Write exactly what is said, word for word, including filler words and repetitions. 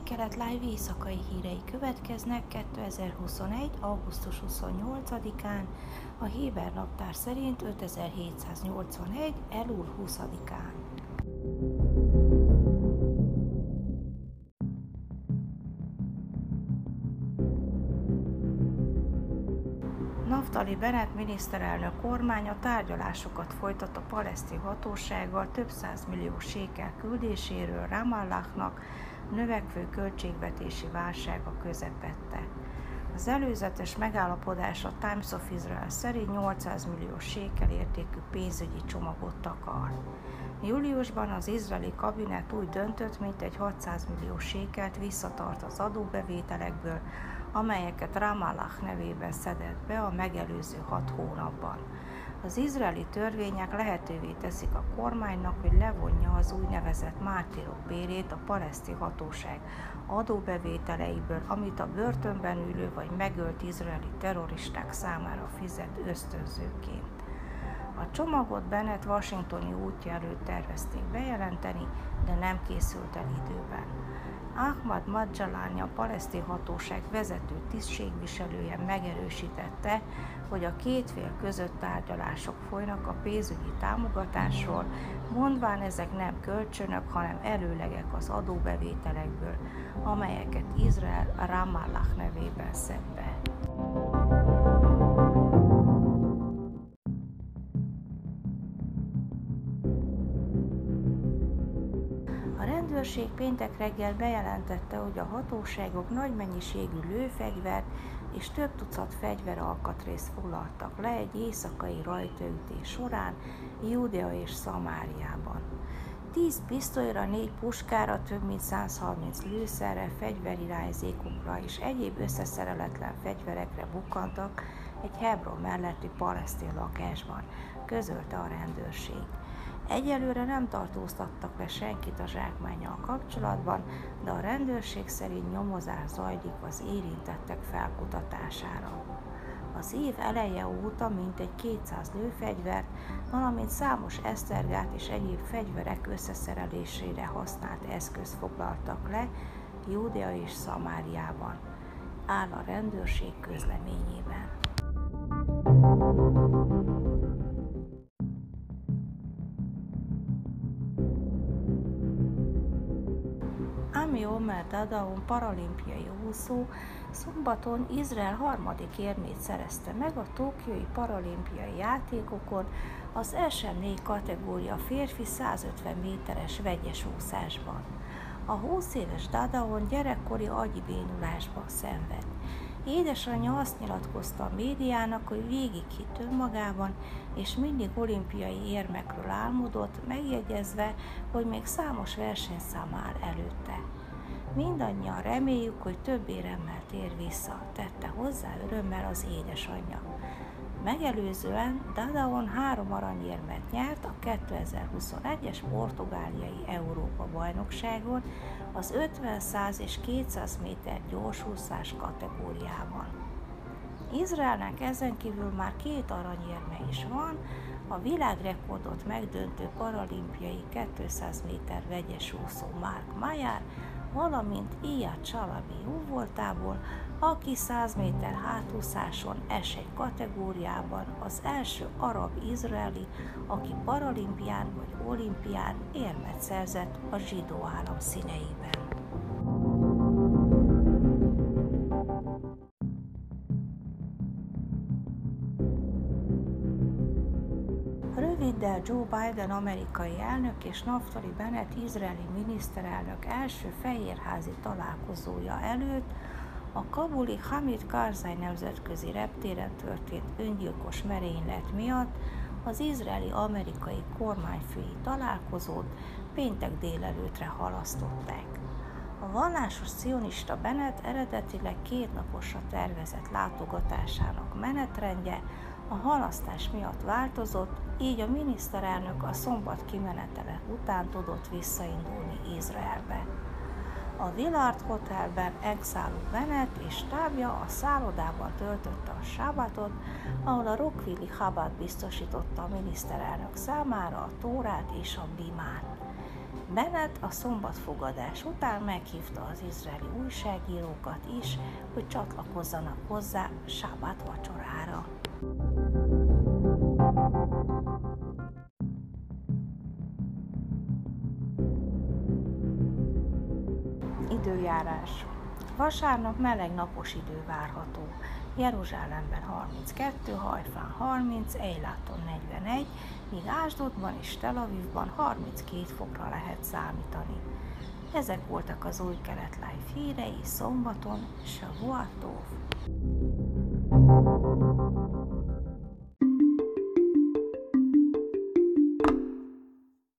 Kelet Live éjszakai hírei következnek kétezer-huszonegy. augusztus huszonnyolcadikán, a héber naptár szerint ötezer-hétszáznyolcvanegy. Elul huszadikán. Naftali Bennett miniszterelnök kormánya tárgyalásokat folytat a palesztin hatósággal több százmillió sékel küldéséről Ramallahnak növekvő költségvetési válsága közepette. Az előzetes megállapodás a Times of Israel szerint nyolcszáz millió sékel értékű pénzügyi csomagot takar. Júliusban az izraeli kabinet úgy döntött, mintegy hatszáz millió sékelt visszatart az adóbevételekből, amelyeket Ramallah nevében szedett be a megelőző hat hónapban. Az izraeli törvények lehetővé teszik a kormánynak, hogy levonja az úgynevezett mártírok bérét a palesztin hatóság adóbevételeiből, amit a börtönben ülő vagy megölt izraeli terroristák számára fizet ösztönzőként. A csomagot Bennett washingtoni útja előtt tervezték bejelenteni, de nem készült el időben. Ahmad Madjalani, a palesztin hatóság vezető tisztségviselője megerősítette, hogy a két fél között tárgyalások folynak a pénzügyi támogatásról, mondván ezek nem kölcsönök, hanem előlegek az adóbevételekből, amelyeket Izrael Ramallah nevében szed be. A rendőrség péntek reggel bejelentette, hogy a hatóságok nagy mennyiségű lőfegyvert és több tucat fegyveralkatrészt foglaltak le egy éjszakai rajtaütés során Júdea és Szamáriában. Tíz pisztolyra, négy puskára, több mint száz harminc lőszerre, fegyverirányzékokra és egyéb összeszereletlen fegyverekre bukkantak egy Hebron melletti palesztin lakásban, közölte a rendőrség. Egyelőre nem tartóztattak le senkit a zsákmánnyal kapcsolatban, de a rendőrség szerint nyomozás zajlik az érintettek felkutatására. Az év eleje óta mintegy kétszáz lőfegyvert, valamint számos esztergát és egyéb fegyverek összeszerelésére használt eszközt foglaltak le Júdea és Szamáriában, áll a rendőrség közleményében. Ami Omer Dadaon paralimpiai úszó szombaton Izrael harmadik érmét szerezte meg a tokiói paralimpiai játékokon az es em négy kategória férfi százötven méteres vegyes úszásban. A húsz éves Dadaon gyerekkori agyi bénulásban szenved. Édesanyja azt nyilatkozta a médiának, hogy végig hitt önmagában, és mindig olimpiai érmekről álmodott, megjegyezve, hogy még számos versenyszám áll előtte. Mindannyian reméljük, hogy több éremmel tér vissza, tette hozzá örömmel az édesanyja. Megelőzően Dadaon három aranyérmet nyert a kétezer-huszonegyes portugáliai Európa-bajnokságon az ötven, száz és kétszáz méter gyorsúszás kategóriában. Izraelnek ezen kívül már két aranyérme is van, a világrekordot megdöntő paralimpiai kétszáz méter vegyes úszó Mark Mayer, valamint Iyad Chalabi jóvoltából, aki száz méter hátúszáson esély kategóriában az első arab-izraeli, aki paralimpián vagy olimpián érmet szerzett a zsidó állam színeiben. Röviddel Joe Biden amerikai elnök és Naftali Bennett izraeli miniszterelnök első fehérházi találkozója előtt a kabuli Hamid Karzai nemzetközi reptéren történt öngyilkos merénylet miatt az izraeli-amerikai kormányfői találkozót péntek délelőttre halasztották. A vallásos cionista Bennett eredetileg kétnaposra tervezett látogatásának menetrendje a halasztás miatt változott, így a miniszterelnök a szombat kimenetele után tudott visszaindulni Izraelbe. A Willard Hotelben exáló Bennett és stábja a szállodában töltötte a sábatot, ahol a Rockville-i Chabad biztosította a miniszterelnök számára a tórát és a bimát. Bennett a szombatfogadás után meghívta az izraeli újságírókat is, hogy csatlakozzanak hozzá sábát vacsorára. Időjárás. Vasárnap meleg napos idő várható. Jeruzsálemben harminckettő, Hajfán harminc, Eiláton negyvenegy, míg Ásdodban és Tel Avivban harminckét fokra lehet számítani. Ezek voltak az új kelet live hírei szombaton, Shavuot Tov.